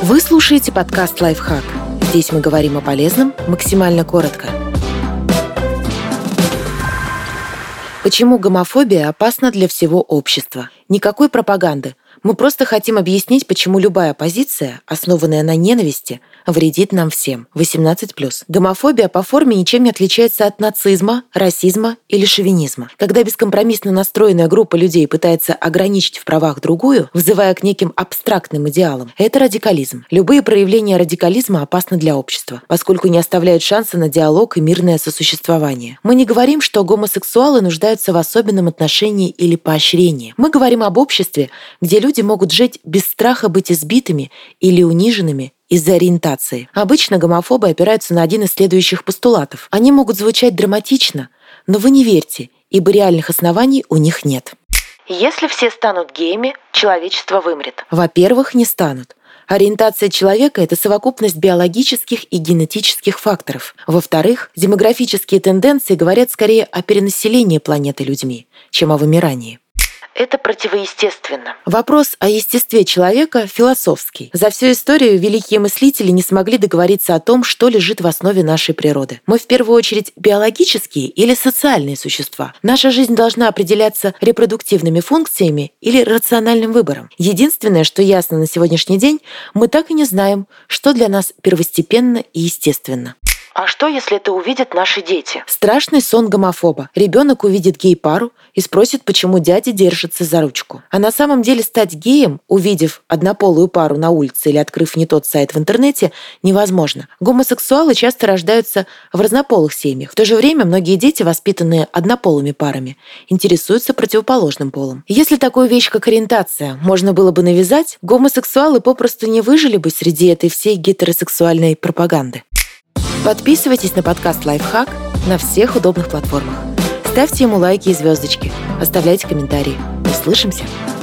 Вы слушаете подкаст «Лайфхак». Здесь мы говорим о полезном максимально коротко. Почему гомофобия опасна для всего общества? Никакой пропаганды. Мы просто хотим объяснить, почему любая позиция, основанная на ненависти, вредит нам всем. 18+. Гомофобия по форме ничем не отличается от нацизма, расизма или шовинизма. Когда бескомпромиссно настроенная группа людей пытается ограничить в правах другую, взывая к неким абстрактным идеалам, это радикализм. Любые проявления радикализма опасны для общества, поскольку не оставляют шанса на диалог и мирное сосуществование. Мы не говорим, что гомосексуалы нуждаются в особенном отношении или поощрении. Мы говорим об обществе, где люди могут жить без страха быть избитыми или униженными из-за ориентации. Обычно гомофобы опираются на один из следующих постулатов. Они могут звучать драматично, но вы не верьте, ибо реальных оснований у них нет. Если все станут геями, человечество вымрет. Во-первых, не станут. Ориентация человека – это совокупность биологических и генетических факторов. Во-вторых, демографические тенденции говорят скорее о перенаселении планеты людьми, чем о вымирании. Это противоестественно. Вопрос о естестве человека философский. За всю историю великие мыслители не смогли договориться о том, что лежит в основе нашей природы. Мы в первую очередь биологические или социальные существа. Наша жизнь должна определяться репродуктивными функциями или рациональным выбором. Единственное, что ясно на сегодняшний день, мы так и не знаем, что для нас первостепенно и естественно. А что, если это увидят наши дети? Страшный сон гомофоба. Ребенок увидит гей-пару и спросит, почему дядя держится за ручку. А на самом деле стать геем, увидев однополую пару на улице или открыв не тот сайт в интернете, невозможно. Гомосексуалы часто рождаются в разнополых семьях. В то же время многие дети, воспитанные однополыми парами, интересуются противоположным полом. Если такую вещь, как ориентация, можно было бы навязать, гомосексуалы попросту не выжили бы среди этой всей гетеросексуальной пропаганды. Подписывайтесь на подкаст «Лайфхак» на всех удобных платформах. Ставьте ему лайки и звездочки. Оставляйте комментарии. Услышимся!